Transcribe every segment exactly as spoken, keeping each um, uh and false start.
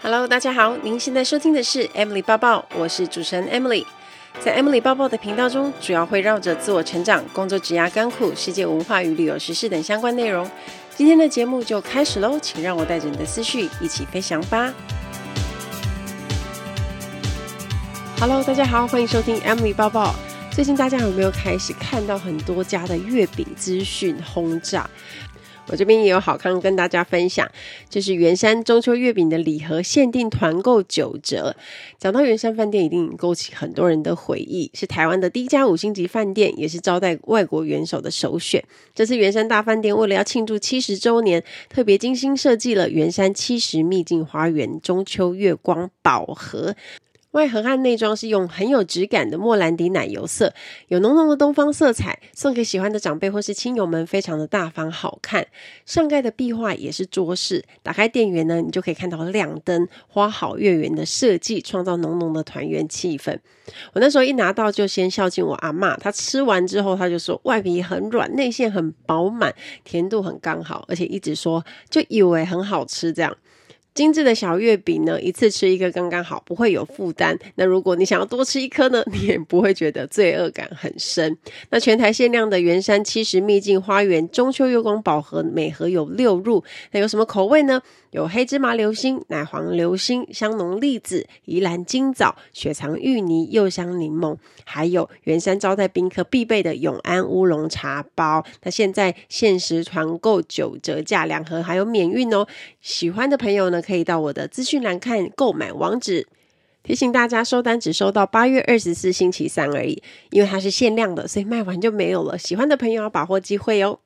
Hello， 大家好，您现在收听的是 Emily 抱抱，我是主持人 Emily。在 Emily 抱抱的频道中，主要会绕着自我成长、工作、职涯、甘苦、世界文化与旅游时事等相关内容。今天的节目就开始咯，请让我带着你的思绪一起飞翔吧。Hello， 大家好，欢迎收听 Emily 抱抱。最近大家有没有开始看到很多家的月饼资讯轰炸？我这边也有好康跟大家分享，就是圆山中秋月饼的礼盒限定团购九折。讲到圆山饭店，一定勾起很多人的回忆，是台湾的第一家五星级饭店，也是招待外国元首的首选。这次圆山大饭店为了要庆祝七十周年，特别精心设计了圆山七十秘境花园中秋月光宝盒。外盒和内装是用很有质感的莫兰迪奶油色，有浓浓的东方色彩，送给喜欢的长辈或是亲友们，非常的大方好看。上盖的壁画也是桌式，打开电源呢，你就可以看到亮灯、花好月圆的设计，创造浓浓的团圆气氛。我那时候一拿到就先孝敬我阿嬷，她吃完之后她就说外皮很软，内馅很饱满，甜度很刚好，而且一直说就以为很好吃这样。精致的小月饼呢，一次吃一个刚刚好，不会有负担。那如果你想要多吃一颗呢，你也不会觉得罪恶感很深。那全台限量的圆山七十秘境花园中秋月光宝盒，每盒有六入。那有什么口味呢？有黑芝麻流心、奶黄流心、香浓栗子、宜兰金枣、雪藏芋泥、柚香柠檬，还有圆山招待宾客必备的永安乌龙茶包。那现在限时团购九折价，两盒还有免运哦。喜欢的朋友呢，可以到我的资讯栏看购买网址。提醒大家，收单只收到八月二十四星期三而已，因为它是限量的，所以卖完就没有了。喜欢的朋友要把握机会哦。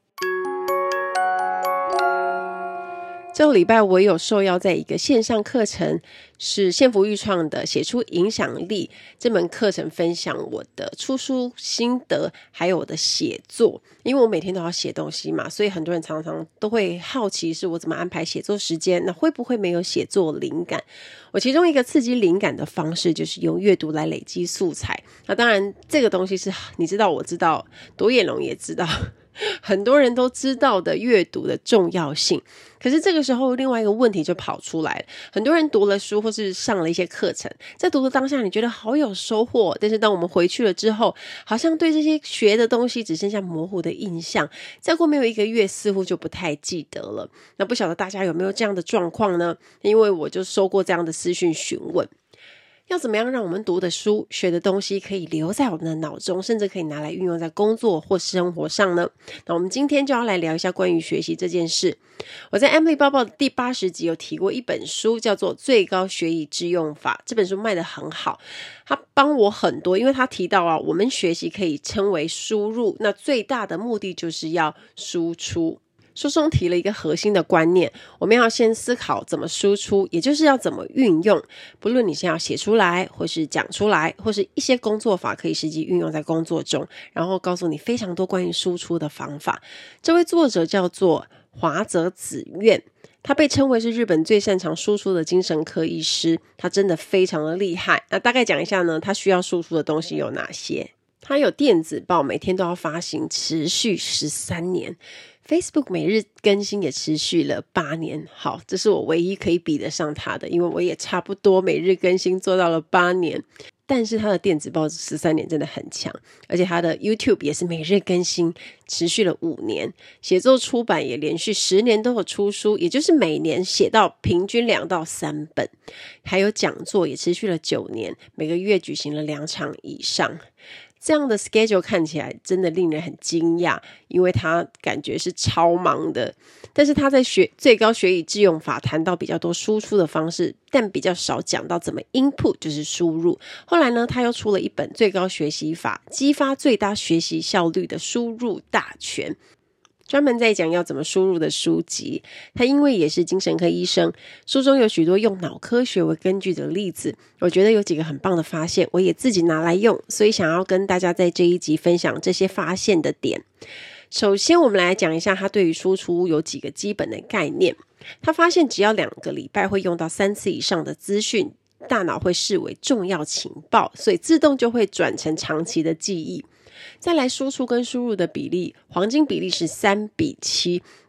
这个礼拜我有受邀在一个线上课程，是县福育创的写出影响力这门课程，分享我的出书心得还有我的写作。因为我每天都要写东西嘛，所以很多人常常都会好奇是我怎么安排写作时间，那会不会没有写作灵感。我其中一个刺激灵感的方式就是用阅读来累积素材。那当然这个东西是你知道我知道，独眼龙也知道，很多人都知道的阅读的重要性。可是这个时候另外一个问题就跑出来了，很多人读了书或是上了一些课程，在读的当下你觉得好有收获，但是当我们回去了之后，好像对这些学的东西只剩下模糊的印象，再过没有一个月似乎就不太记得了。那不晓得大家有没有这样的状况呢？因为我就收过这样的私讯询问，要怎么样让我们读的书、学的东西可以留在我们的脑中，甚至可以拿来运用在工作或生活上呢？那我们今天就要来聊一下关于学习这件事。我在 Emily 抱抱的第八十集有提过一本书，叫做《最高学以致用法》。这本书卖得很好，它帮我很多，因为它提到啊，我们学习可以称为输入，那最大的目的就是要输出。书中提了一个核心的观念，我们要先思考怎么输出，也就是要怎么运用。不论你是要写出来，或是讲出来，或是一些工作法可以实际运用在工作中，然后告诉你非常多关于输出的方法。这位作者叫做华泽子苑，他被称为是日本最擅长输出的精神科医师，他真的非常的厉害。那大概讲一下呢，他需要输出的东西有哪些。他有电子报，每天都要发行，持续十三年。Facebook 每日更新也持续了八年，好，这是我唯一可以比得上他的，因为我也差不多每日更新做到了八年，但是他的电子报十三年真的很强，而且他的 YouTube 也是每日更新，持续了五年，写作出版也连续十年都有出书，也就是每年写到平均两到三本，还有讲座也持续了九年，每个月举行了两场以上。这样的 schedule 看起来真的令人很惊讶，因为他感觉是超忙的。但是他在学最高学以致用法谈到比较多输出的方式，但比较少讲到怎么 input 就是输入。后来呢，他又出了一本最高学习法，激发最大学习效率的输入大全，专门在讲要怎么输入的书籍。他因为也是精神科医生，书中有许多用脑科学为根据的例子，我觉得有几个很棒的发现，我也自己拿来用，所以想要跟大家在这一集分享这些发现的点。首先我们来讲一下他对于输出有几个基本的概念。他发现只要两个礼拜会用到三次以上的资讯，大脑会视为重要情报，所以自动就会转成长期的记忆。再来输出跟输入的比例，黄金比例是三比七，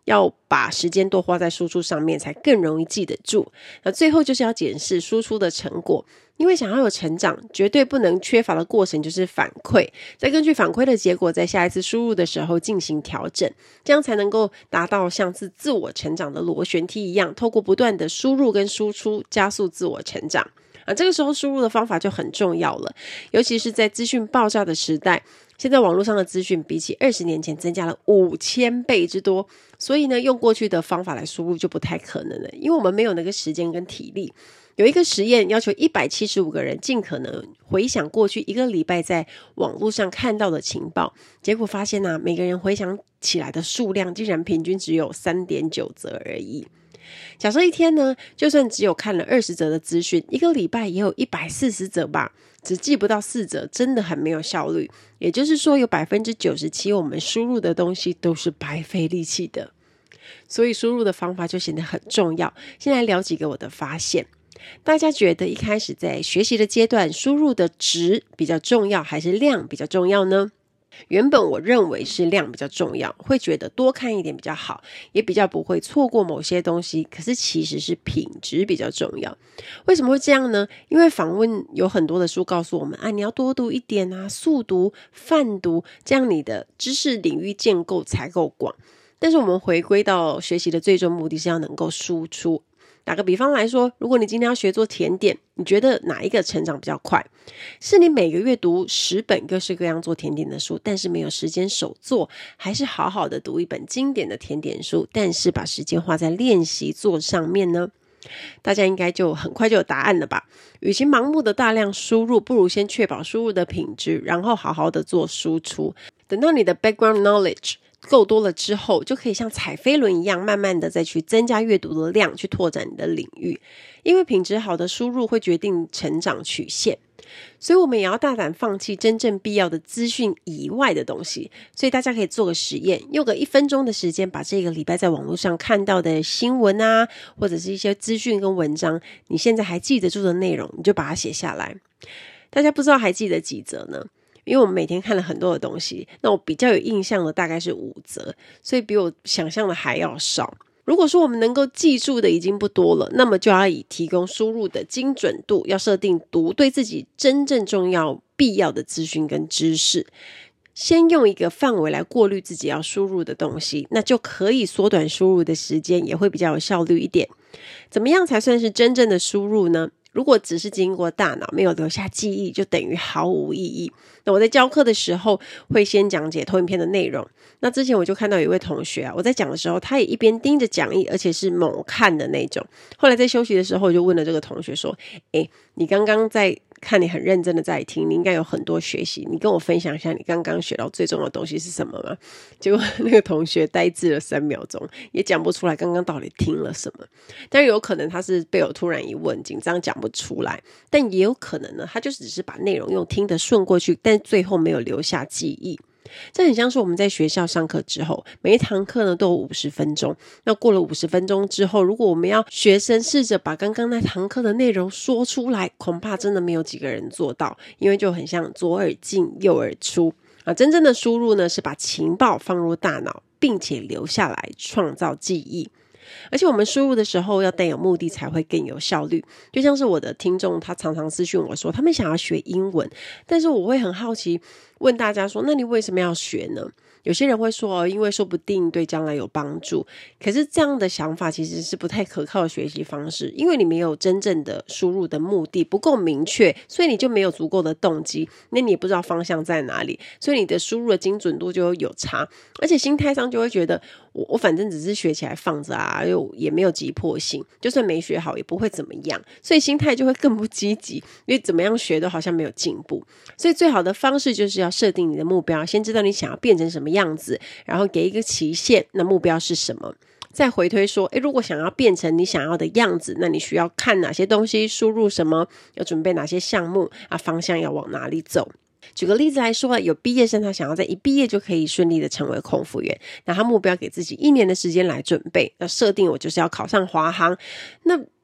要把时间多花在输出上面才更容易记得住。那最后就是要检视输出的成果，因为想要有成长，绝对不能缺乏的过程就是反馈，再根据反馈的结果在下一次输入的时候进行调整，这样才能够达到像是自我成长的螺旋梯一样，透过不断的输入跟输出加速自我成长啊。这个时候输入的方法就很重要了，尤其是在资讯爆炸的时代，现在网络上的资讯比起二十年前增加了五千倍之多，所以呢，用过去的方法来输入就不太可能了，因为我们没有那个时间跟体力。有一个实验要求一百七十五个人尽可能回想过去一个礼拜在网络上看到的情报，结果发现啊，每个人回想起来的数量竟然平均只有 三点九 则而已。假设一天呢，就算只有看了二十则的资讯，一个礼拜也有一百四十则吧，只记不到四则，真的很没有效率。也就是说，有 百分之九十七 我们输入的东西都是白费力气的。所以输入的方法就显得很重要。先来聊几个我的发现。大家觉得一开始在学习的阶段，输入的质比较重要还是量比较重要呢？原本我认为是量比较重要，会觉得多看一点比较好，也比较不会错过某些东西，可是其实是品质比较重要。为什么会这样呢？因为访问有很多的书告诉我们啊，你要多读一点啊，速读、泛读，这样你的知识领域建构才够广。但是我们回归到学习的最终目的是要能够输出。打个比方来说，如果你今天要学做甜点，你觉得哪一个成长比较快？是你每个月读十本各式各样做甜点的书，但是没有时间手做，还是好好的读一本经典的甜点书，但是把时间花在练习做上面呢？大家应该就很快就有答案了吧？与其盲目的大量输入，不如先确保输入的品质，然后好好的做输出。等到你的 background knowledge够多了之后，就可以像踩飞轮一样，慢慢的再去增加阅读的量，去拓展你的领域。因为品质好的输入会决定成长曲线，所以我们也要大胆放弃真正必要的资讯以外的东西。所以大家可以做个实验，用个一分钟的时间，把这个礼拜在网络上看到的新闻啊，或者是一些资讯跟文章，你现在还记得住的内容，你就把它写下来。大家不知道还记得几则呢？因为我们每天看了很多的东西，那我比较有印象的大概是五则，所以比我想象的还要少。如果说我们能够记住的已经不多了，那么就要以提供输入的精准度，要设定读对自己真正重要必要的资讯跟知识，先用一个范围来过滤自己要输入的东西，那就可以缩短输入的时间，也会比较有效率一点。怎么样才算是真正的输入呢？如果只是经过大脑没有留下记忆，就等于毫无意义。那我在教课的时候会先讲解投影片的内容，那之前我就看到有一位同学啊，我在讲的时候他也一边盯着讲义，而且是猛看的那种。后来在休息的时候我就问了这个同学说，诶，你刚刚在看，你很认真的在听，你应该有很多学习，你跟我分享一下你刚刚学到最重要的东西是什么吗？结果那个同学呆滞了三秒钟，也讲不出来刚刚到底听了什么。但有可能他是被我突然一问紧张讲不出来，但也有可能呢，他就只是把内容用听的顺过去，但最后没有留下记忆。这很像是我们在学校上课之后，每一堂课呢都有五十分钟，那过了五十分钟之后，如果我们要学生试着把刚刚那堂课的内容说出来，恐怕真的没有几个人做到，因为就很像左耳进右耳出啊。真正的输入呢，是把情报放入大脑，并且留下来，创造记忆。而且我们输入的时候要带有目的才会更有效率，就像是我的听众他常常私讯我说他们想要学英文，但是我会很好奇问大家说，那你为什么要学呢？有些人会说、哦、因为说不定对将来有帮助，可是这样的想法其实是不太可靠的学习方式，因为你没有真正的输入的目的不够明确，所以你就没有足够的动机，那你也不知道方向在哪里，所以你的输入的精准度就有差，而且心态上就会觉得我我反正只是学起来放着啊，又也没有急迫性，就算没学好也不会怎么样，所以心态就会更不积极，因为怎么样学都好像没有进步。所以最好的方式就是要设定你的目标，先知道你想要变成什么样子，然后给一个期限，那目标是什么，再回推说，诶，如果想要变成你想要的样子，那你需要看哪些东西，输入什么，要准备哪些项目啊，方向要往哪里走。举个例子来说，有毕业生他想要在一毕业就可以顺利的成为空服员，那他目标给自己一年的时间来准备，那设定我就是要考上华航，那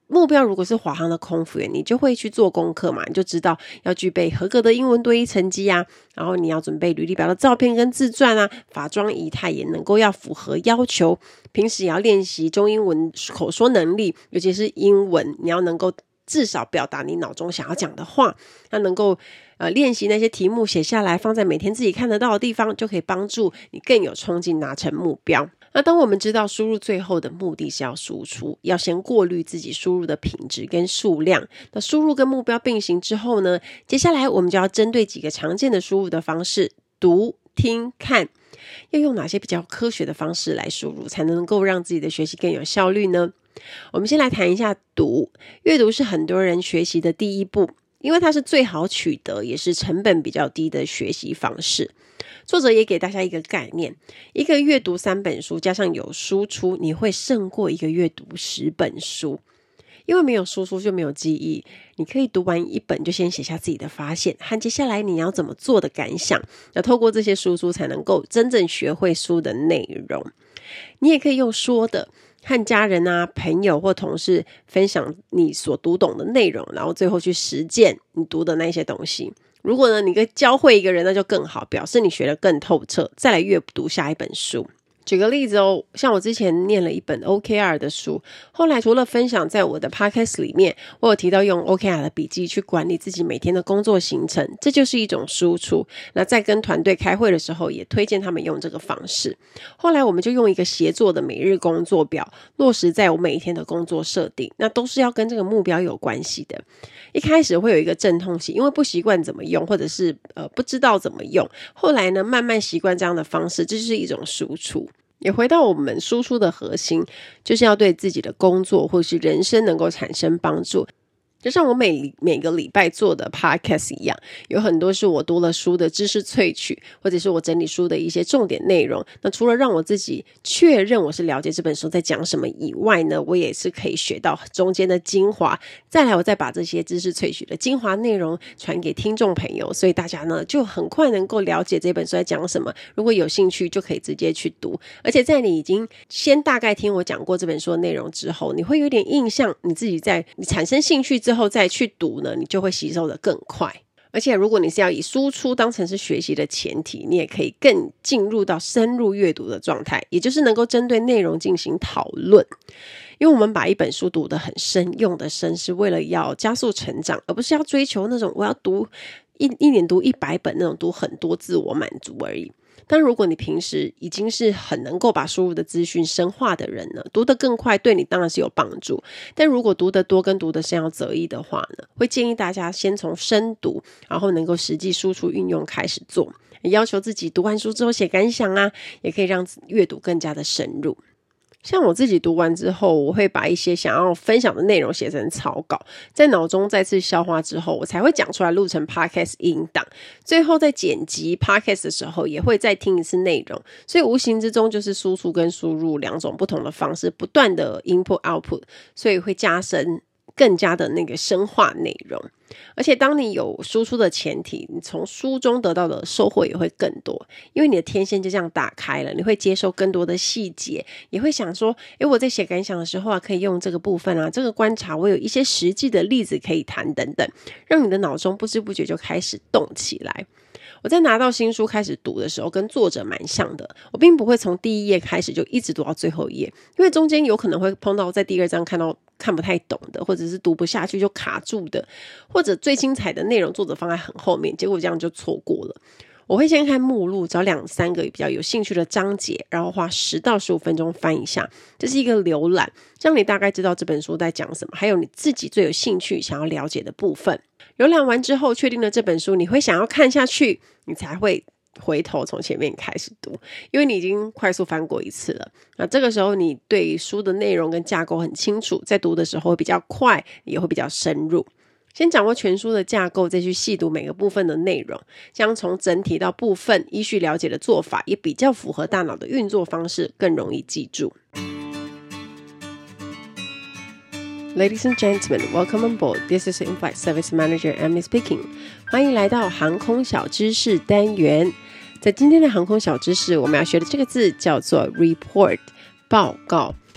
目标如果是华航的空服员，你就会去做功课嘛，你就知道要具备合格的英文多益成绩啊，然后你要准备履历表的照片跟自传啊，法装仪态也能够要符合要求，平时也要练习中英文口说能力，尤其是英文，你要能够至少表达你脑中想要讲的话，要能够呃练习那些题目写下来，放在每天自己看得到的地方，就可以帮助你更有冲劲达成目标。那当我们知道输入最后的目的是要输出，要先过滤自己输入的品质跟数量，那输入跟目标并行之后呢，接下来我们就要针对几个常见的输入的方式，读、听、看，要用哪些比较科学的方式来输入，才能够让自己的学习更有效率呢？我们先来谈一下读。阅读是很多人学习的第一步，因为它是最好取得也是成本比较低的学习方式。作者也给大家一个概念，一个阅读三本书加上有输出，你会胜过一个阅读十本书。因为没有输出就没有记忆，你可以读完一本就先写下自己的发现和接下来你要怎么做的感想，那透过这些输出才能够真正学会书的内容。你也可以用说的和家人啊、朋友或同事分享你所读懂的内容，然后最后去实践你读的那些东西。如果呢，你可以教会一个人，那就更好，表示你学得更透彻，再来阅读下一本书。举个例子哦，像我之前念了一本 O K R 的书，后来除了分享在我的 podcast 里面，我有提到用 O K R 的笔记去管理自己每天的工作行程，这就是一种输出。那在跟团队开会的时候，也推荐他们用这个方式。后来我们就用一个协作的每日工作表，落实在我每一天的工作设定，那都是要跟这个目标有关系的。一开始会有一个阵痛期，因为不习惯怎么用，或者是呃不知道怎么用。后来呢，慢慢习惯这样的方式，这就是一种输出。也回到我们输出的核心，就是要对自己的工作或是人生能够产生帮助。就像我每每个礼拜做的 podcast 一样，有很多是我读了书的知识萃取，或者是我整理书的一些重点内容。那除了让我自己确认我是了解这本书在讲什么以外呢，我也是可以学到中间的精华，再来我再把这些知识萃取的精华内容传给听众朋友，所以大家呢就很快能够了解这本书在讲什么，如果有兴趣就可以直接去读。而且在你已经先大概听我讲过这本书的内容之后，你会有点印象，你自己在你产生兴趣之后再去读呢，你就会吸收的更快。而且如果你是要以输出当成是学习的前提，你也可以更进入到深入阅读的状态，也就是能够针对内容进行讨论。因为我们把一本书读得很深，用得深，是为了要加速成长，而不是要追求那种我要读一一年读一百本那种读很多自我满足而已。但如果你平时已经是很能够把输入的资讯深化的人呢，读得更快对你当然是有帮助。但如果读得多跟读得深要择一的话呢，会建议大家先从深读，然后能够实际输出运用开始做，要求自己读完书之后写感想啊，也可以让阅读更加的深入。像我自己读完之后，我会把一些想要分享的内容写成草稿，在脑中再次消化之后，我才会讲出来录成 podcast 音档，最后在剪辑 podcast 的时候也会再听一次内容，所以无形之中就是输出跟输入两种不同的方式，不断的 input output， 所以会加深更加的那个深化内容。而且当你有输出的前提，你从书中得到的收获也会更多，因为你的天线就这样打开了，你会接受更多的细节，也会想说诶我在写感想的时候啊，可以用这个部分啊，这个观察我有一些实际的例子可以谈等等，让你的脑中不知不觉就开始动起来。我在拿到新书开始读的时候跟作者蛮像的，我并不会从第一页开始就一直读到最后一页，因为中间有可能会碰到在第二章看到看不太懂的，或者是读不下去就卡住的，或者最精彩的内容作者放在很后面，结果这样就错过了。我会先看目录，找两三个比较有兴趣的章节，然后花十到十五分钟翻一下，这是一个浏览，让你大概知道这本书在讲什么，还有你自己最有兴趣想要了解的部分。浏览完之后确定了这本书你会想要看下去，你才会回头从前面开始读，因为你已经快速翻过一次了。那这个时候你对书的内容跟架构很清楚，在读的时候会比较快，也会比较深入。先掌握全书的架构，再去细读每个部分的内容，这样从整体到部分依序了解的做法也比较符合大脑的运作方式，更容易记住。Ladies and gentlemen, welcome on board. This is In-Flight Service Manager Amy speaking. 欢迎来到航空小知识单元。在今天的航空小知识，我们要学的这个字叫做 report 报告。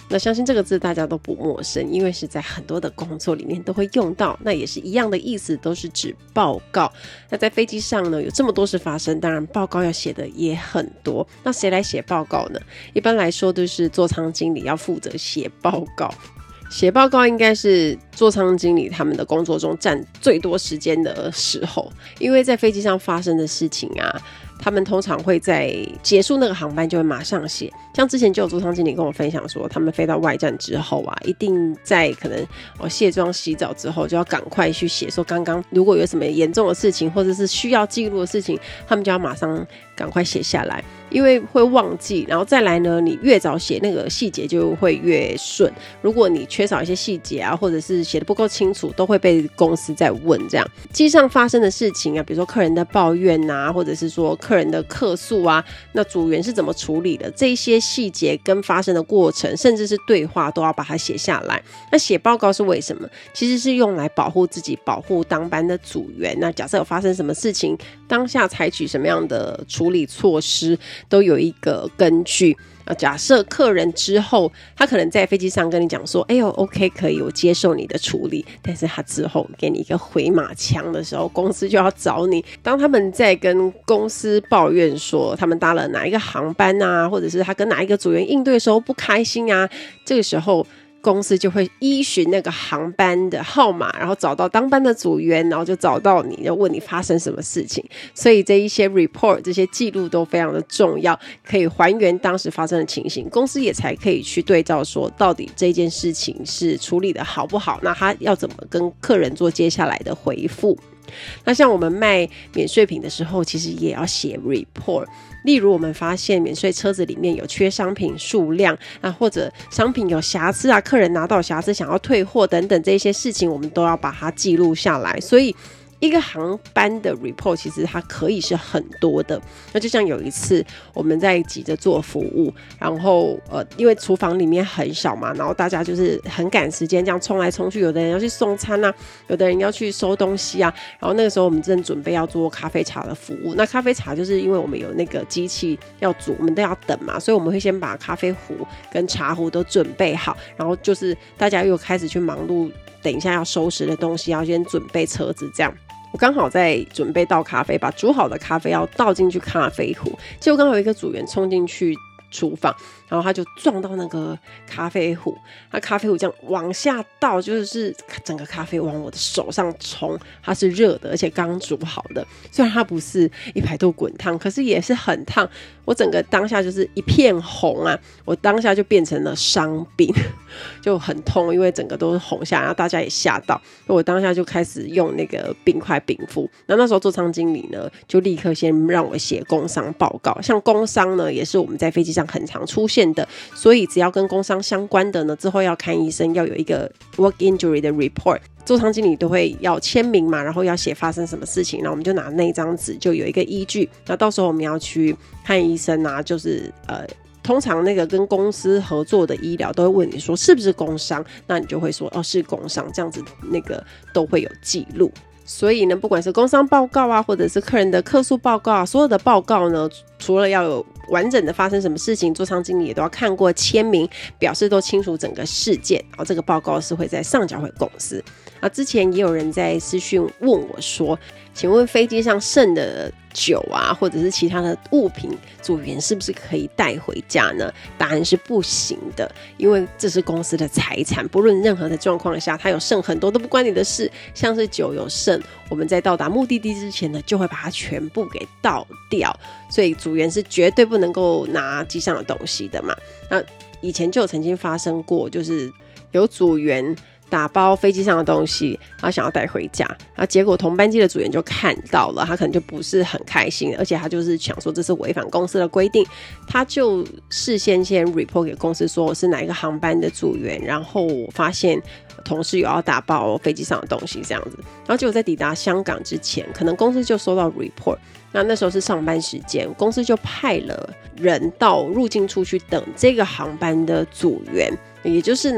那相信这个字大家都不陌生，因为是在很多的工作里面都会用到，那也是一样的意思，都是指报告。那在飞机上呢，有这么多事发生，当然报告要写的也很多。那谁来写报告呢？一般来说都是座舱经理要负责写报告。写报告应该是座舱经理他们的工作中占最多时间的时候，因为在飞机上发生的事情啊，他们通常会在结束那个航班就会马上写。像之前就有座舱经理跟我分享说，他们飞到外站之后啊，一定在可能哦卸妆洗澡之后就要赶快去写，说刚刚如果有什么严重的事情或者是需要记录的事情，他们就要马上赶快写下来，因为会忘记。然后再来呢，你越早写那个细节就会越顺，如果你缺少一些细节啊，或者是写的不够清楚，都会被公司在问。这样机上发生的事情啊，比如说客人的抱怨啊，或者是说客人的客诉啊，那组员是怎么处理的，这些细节跟发生的过程甚至是对话都要把它写下来。那写报告是为什么？其实是用来保护自己，保护当班的组员。那假设有发生什么事情，当下采取什么样的处理措施都有一个根据。假设客人之后他可能在飞机上跟你讲说，哎呦 OK 可以，我接受你的处理，但是他之后给你一个回马枪的时候，公司就要找你。当他们在跟公司抱怨说他们搭了哪一个航班啊，或者是他跟哪一个组员应对的时候不开心啊，这个时候公司就会依循那个航班的号码，然后找到当班的组员，然后就找到你，就问你发生什么事情。所以这一些 report 这些记录都非常的重要，可以还原当时发生的情形，公司也才可以去对照说到底这件事情是处理的好不好，那他要怎么跟客人做接下来的回复。那像我们卖免税品的时候，其实也要写 report。例如我们发现免税车子里面有缺商品数量啊，或者商品有瑕疵啊，客人拿到瑕疵想要退货等等，这些事情我们都要把它记录下来。所以一个航班的 report 其实它可以是很多的。那就像有一次我们在急着做服务，然后呃，因为厨房里面很小嘛，然后大家就是很赶时间这样冲来冲去，有的人要去送餐啊，有的人要去收东西啊，然后那个时候我们正准备要做咖啡茶的服务。那咖啡茶就是因为我们有那个机器要煮，我们都要等嘛，所以我们会先把咖啡壶跟茶壶都准备好，然后就是大家又开始去忙碌等一下要收拾的东西，要先准备车子这样。我刚好在准备倒咖啡，把煮好的咖啡要倒进去咖啡壶，结果刚好有一个组员冲进去厨房，然后他就撞到那个咖啡壶，那咖啡壶这样往下倒，就是整个咖啡往我的手上冲，它是热的，而且刚煮好的，虽然它不是一百度滚烫，可是也是很烫，我整个当下就是一片红啊，我当下就变成了伤病，就很痛，因为整个都是红下来，然后大家也吓到，我当下就开始用那个冰块冰敷。那那时候座舱经理呢，就立刻先让我写工伤报告，像工伤呢，也是我们在飞机上很常出现的，所以只要跟工伤相关的呢，之后要看医生，要有一个 work injury 的 report， 座舱经理都会要签名嘛，然后要写发生什么事情，然后我们就拿那张纸就有一个依据，那到时候我们要去看医生啊，就是呃通常那个跟公司合作的医疗都会问你说是不是工伤，那你就会说哦是工伤，这样子那个都会有记录。所以呢，不管是工伤报告啊，或者是客人的客诉报告啊，所有的报告呢，除了要有完整的发生什么事情，座舱经理也都要看过签名，表示都清楚整个事件，然后这个报告是会再上交回公司。啊，之前也有人在私讯问我说，请问飞机上剩的酒啊，或者是其他的物品，组员是不是可以带回家呢？答案是不行的，因为这是公司的财产，不论任何的状况下，它有剩很多都不关你的事。像是酒有剩，我们在到达目的地之前呢，就会把它全部给倒掉，所以组员是绝对不能够拿机上的东西的嘛。那以前就有曾经发生过，就是有组员打包飞机上的东西，他想要带回家，然后结果同班机的组员就看到了，他可能就不是很开心，而且他就是想说这是违反公司的规定，他就事先先 report 给公司说我是哪一个航班的组员，然后我发现同事有要打包飞机上的东西这样子，然后结果在抵达香港之前，可能公司就收到 report， 那那时候是上班时间，公司就派了人到入境处去等这个航班的组员，也就是呢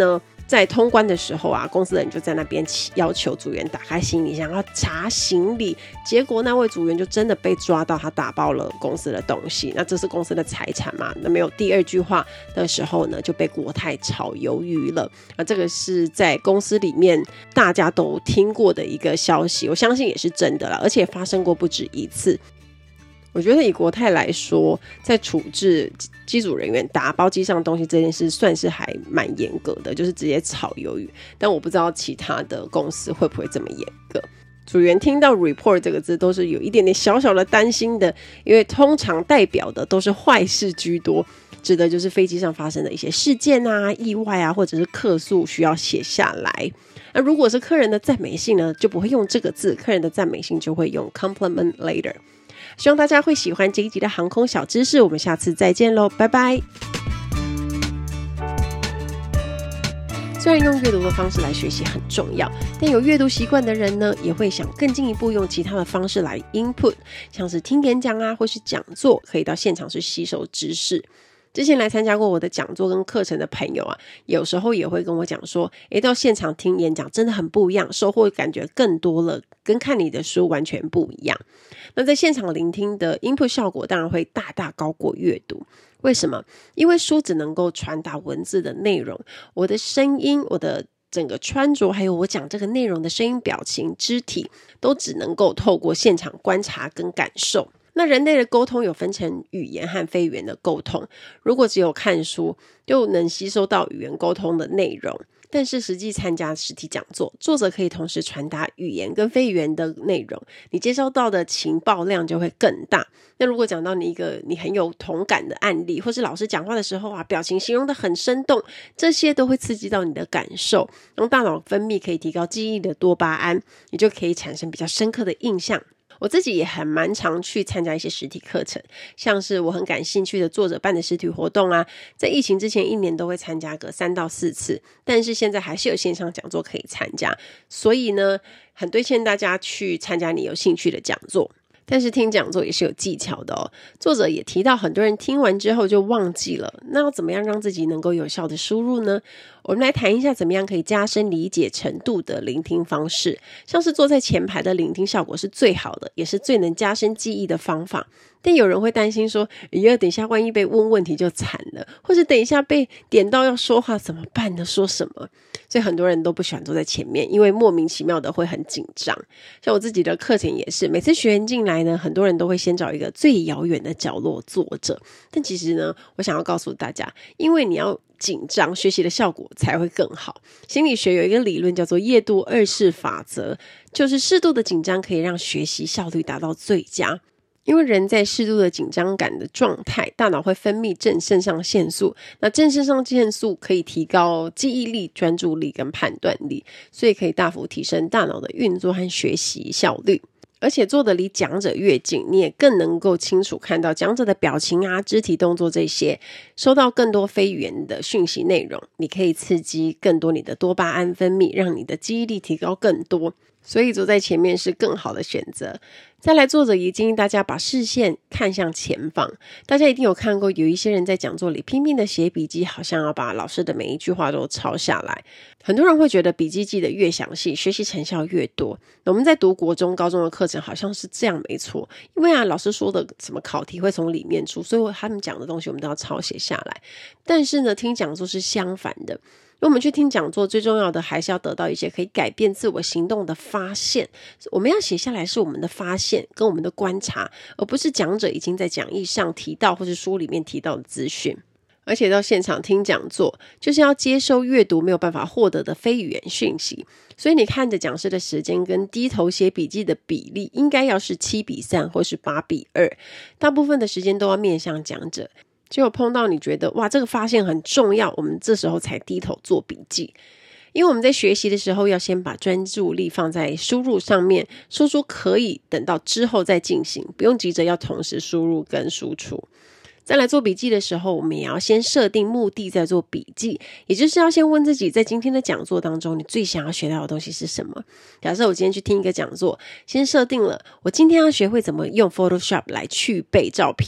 在通关的时候啊，公司的人就在那边要求组员打开行李箱要查行李，结果那位组员就真的被抓到他打包了公司的东西，那这是公司的财产嘛，那没有第二句话的时候呢，就被国泰炒鱿鱼了。那这个是在公司里面大家都听过的一个消息，我相信也是真的啦，而且发生过不止一次。我觉得以国泰来说，在处置机组人员打包机上的东西这件事算是还蛮严格的，就是直接炒鱿鱼，但我不知道其他的公司会不会这么严格。组员听到 report 这个字都是有一点点小小的担心的，因为通常代表的都是坏事居多，指的就是飞机上发生的一些事件啊、意外啊，或者是客诉需要写下来。那如果是客人的赞美信呢，就不会用这个字，客人的赞美信就会用 compliment later。希望大家会喜欢这一集的航空小知识，我们下次再见咯，拜拜。虽然用阅读的方式来学习很重要，但有阅读习惯的人呢，也会想更进一步用其他的方式来 input， 像是听演讲啊，或是讲座，可以到现场去吸收知识。之前来参加过我的讲座跟课程的朋友啊，有时候也会跟我讲说，诶，到现场听演讲真的很不一样，收获感觉更多了，跟看你的书完全不一样。那在现场聆听的 input 效果当然会大大高过阅读。为什么？因为书只能够传达文字的内容，我的声音，我的整个穿着，还有我讲这个内容的声音、表情、肢体，都只能够透过现场观察跟感受。那人类的沟通有分成语言和非语言的沟通，如果只有看书就能吸收到语言沟通的内容，但是实际参加实体讲座，作者可以同时传达语言跟非语言的内容，你接收到的情报量就会更大。那如果讲到你一个你很有同感的案例，或是老师讲话的时候啊，表情形容得很生动，这些都会刺激到你的感受，让大脑分泌可以提高记忆的多巴胺，你就可以产生比较深刻的印象。我自己也很蛮常去参加一些实体课程，像是我很感兴趣的作者办的实体活动啊，在疫情之前一年都会参加个三到四次，但是现在还是有线上讲座可以参加，所以呢，很推荐大家去参加你有兴趣的讲座。但是听讲座也是有技巧的哦，作者也提到很多人听完之后就忘记了，那要怎么样让自己能够有效的输入呢？我们来谈一下怎么样可以加深理解程度的聆听方式，像是坐在前排的聆听效果是最好的，也是最能加深记忆的方法。但有人会担心说，呀，等一下万一被问问题就惨了，或者等一下被点到要说话怎么办呢？说什么？所以很多人都不喜欢坐在前面，因为莫名其妙的会很紧张。像我自己的课程也是，每次学员进来呢，很多人都会先找一个最遥远的角落坐着。但其实呢，我想要告诉大家，因为你要紧张，学习的效果才会更好。心理学有一个理论叫做叶度二式法则，就是适度的紧张可以让学习效率达到最佳。因为人在适度的紧张感的状态，大脑会分泌正肾上腺素，那正肾上腺素可以提高记忆力、专注力跟判断力，所以可以大幅提升大脑的运作和学习效率。而且坐得离讲者越近，你也更能够清楚看到讲者的表情啊、肢体动作这些，收到更多非语言的讯息内容，你可以刺激更多你的多巴胺分泌，让你的记忆力提高更多。所以坐在前面是更好的选择。再来，作者也建议大家把视线看向前方。大家一定有看过，有一些人在讲座里拼命的写笔记，好像要把老师的每一句话都抄下来。很多人会觉得笔记记得越详细，学习成效越多。我们在读国中、高中的课程好像是这样，没错。因为啊，老师说的什么考题会从里面出，所以他们讲的东西我们都要抄写下来。但是呢，听讲座是相反的。因为我们去听讲座，最重要的还是要得到一些可以改变自我行动的发现。我们要写下来是我们的发现跟我们的观察，而不是讲者已经在讲义上提到或是书里面提到的资讯。而且到现场听讲座，就是要接收阅读没有办法获得的非语言讯息。所以你看着讲师的时间跟低头写笔记的比例，应该要是七比三或是八比二。大部分的时间都要面向讲者。只有碰到你觉得哇这个发现很重要，我们这时候才低头做笔记。因为我们在学习的时候要先把专注力放在输入上面，输出可以等到之后再进行，不用急着要同时输入跟输出。再来做笔记的时候，我们也要先设定目的再做笔记，也就是要先问自己，在今天的讲座当中你最想要学到的东西是什么。假设我今天去听一个讲座，先设定了我今天要学会怎么用 Photoshop 来去背照片，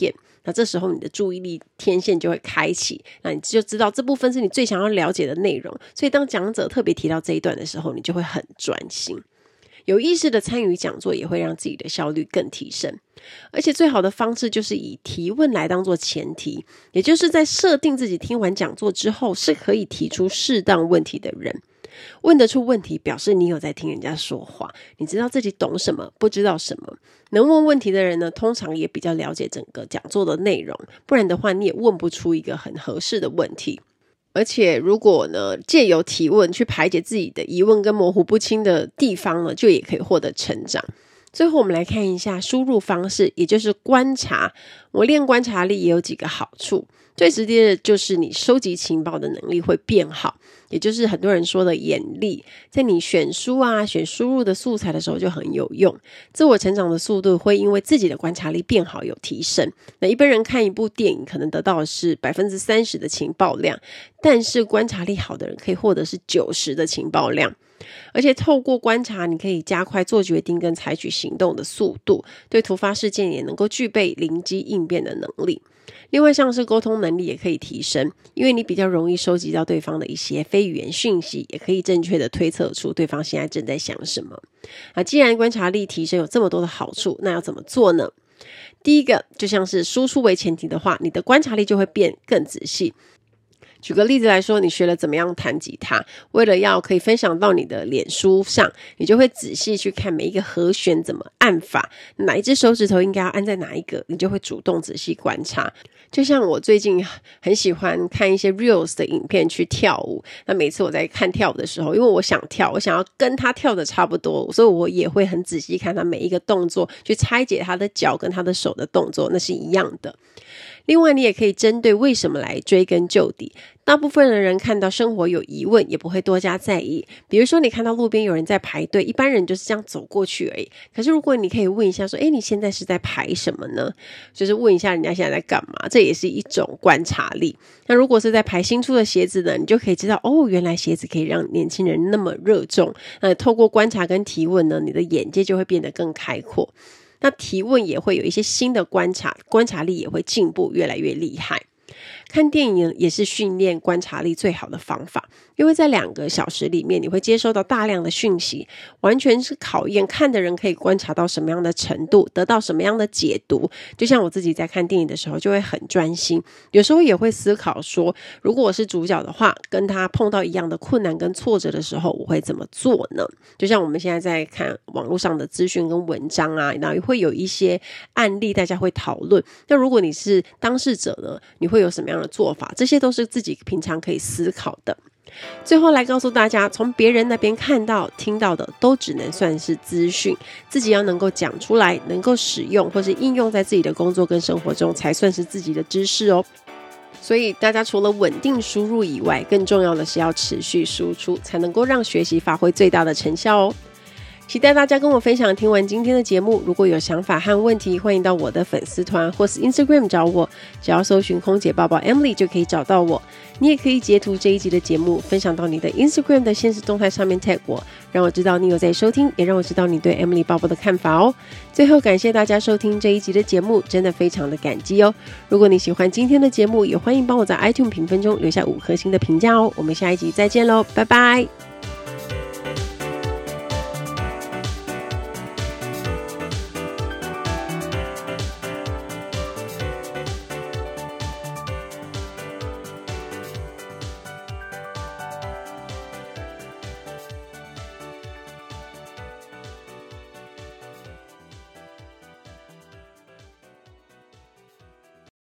那这时候你的注意力天线就会开启，那你就知道这部分是你最想要了解的内容，所以当讲者特别提到这一段的时候，你就会很专心。有意识的参与讲座也会让自己的效率更提升，而且最好的方式就是以提问来当作前提，也就是在设定自己听完讲座之后是可以提出适当问题的人。问得出问题表示你有在听人家说话，你知道自己懂什么不知道什么。能问问题的人呢，通常也比较了解整个讲座的内容，不然的话你也问不出一个很合适的问题。而且如果呢借由提问去排解自己的疑问跟模糊不清的地方呢，就也可以获得成长。最后我们来看一下输入方式，也就是观察。磨练观察力也有几个好处，最直接的就是你收集情报的能力会变好，也就是很多人说的眼力，在你选书啊选输入的素材的时候就很有用。自我成长的速度会因为自己的观察力变好有提升。那一般人看一部电影可能得到的是 百分之三十 的情报量，但是观察力好的人可以获得是 百分之九十 的情报量。而且透过观察，你可以加快做决定跟采取行动的速度，对突发事件也能够具备灵机应变的能力。另外像是沟通能力也可以提升，因为你比较容易收集到对方的一些非语言讯息，也可以正确的推测出对方现在正在想什么。啊，既然观察力提升有这么多的好处，那要怎么做呢？第一个，就像是输出为前提的话，你的观察力就会变更仔细。举个例子来说，你学了怎么样弹吉他，为了要可以分享到你的脸书上，你就会仔细去看每一个和弦怎么按法，哪一只手指头应该要按在哪一个，你就会主动仔细观察。就像我最近很喜欢看一些 reels 的影片去跳舞，那每次我在看跳舞的时候，因为我想跳，我想要跟他跳的差不多，所以我也会很仔细看他每一个动作，去拆解他的脚跟他的手的动作，那是一样的。另外你也可以针对为什么来追根究底，大部分的人看到生活有疑问也不会多加在意，比如说你看到路边有人在排队，一般人就是这样走过去而已，可是如果你可以问一下说，诶，你现在是在排什么呢？就是问一下人家现在在干嘛，这也是一种观察力。那如果是在排新出的鞋子呢，你就可以知道，哦，原来鞋子可以让年轻人那么热衷。那透过观察跟提问呢，你的眼界就会变得更开阔。那提问也会有一些新的观察，观察力也会进步，越来越厉害。看电影也是训练观察力最好的方法，因为在两个小时里面你会接收到大量的讯息，完全是考验看的人可以观察到什么样的程度，得到什么样的解读。就像我自己在看电影的时候就会很专心，有时候也会思考说，如果我是主角的话，跟他碰到一样的困难跟挫折的时候，我会怎么做呢？就像我们现在在看网络上的资讯跟文章啊，然后会有一些案例大家会讨论，那如果你是当事者呢，你会有什么样的做法？这些都是自己平常可以思考的。最后来告诉大家，从别人那边看到听到的都只能算是资讯，自己要能够讲出来，能够使用或是应用在自己的工作跟生活中，才算是自己的知识哦。所以大家除了稳定输入以外，更重要的是要持续输出，才能够让学习发挥最大的成效哦。期待大家跟我分享听完今天的节目，如果有想法和问题，欢迎到我的粉丝团或是 Instagram 找我，只要搜寻空姐抱抱 Emily 就可以找到我。你也可以截图这一集的节目分享到你的 Instagram 的限时动态上面 tag 我，让我知道你有在收听，也让我知道你对 Emily 抱抱的看法哦。最后感谢大家收听这一集的节目，真的非常的感激哦。如果你喜欢今天的节目，也欢迎帮我在 iTunes 评分中留下五颗星的评价哦。我们下一集再见咯，拜拜。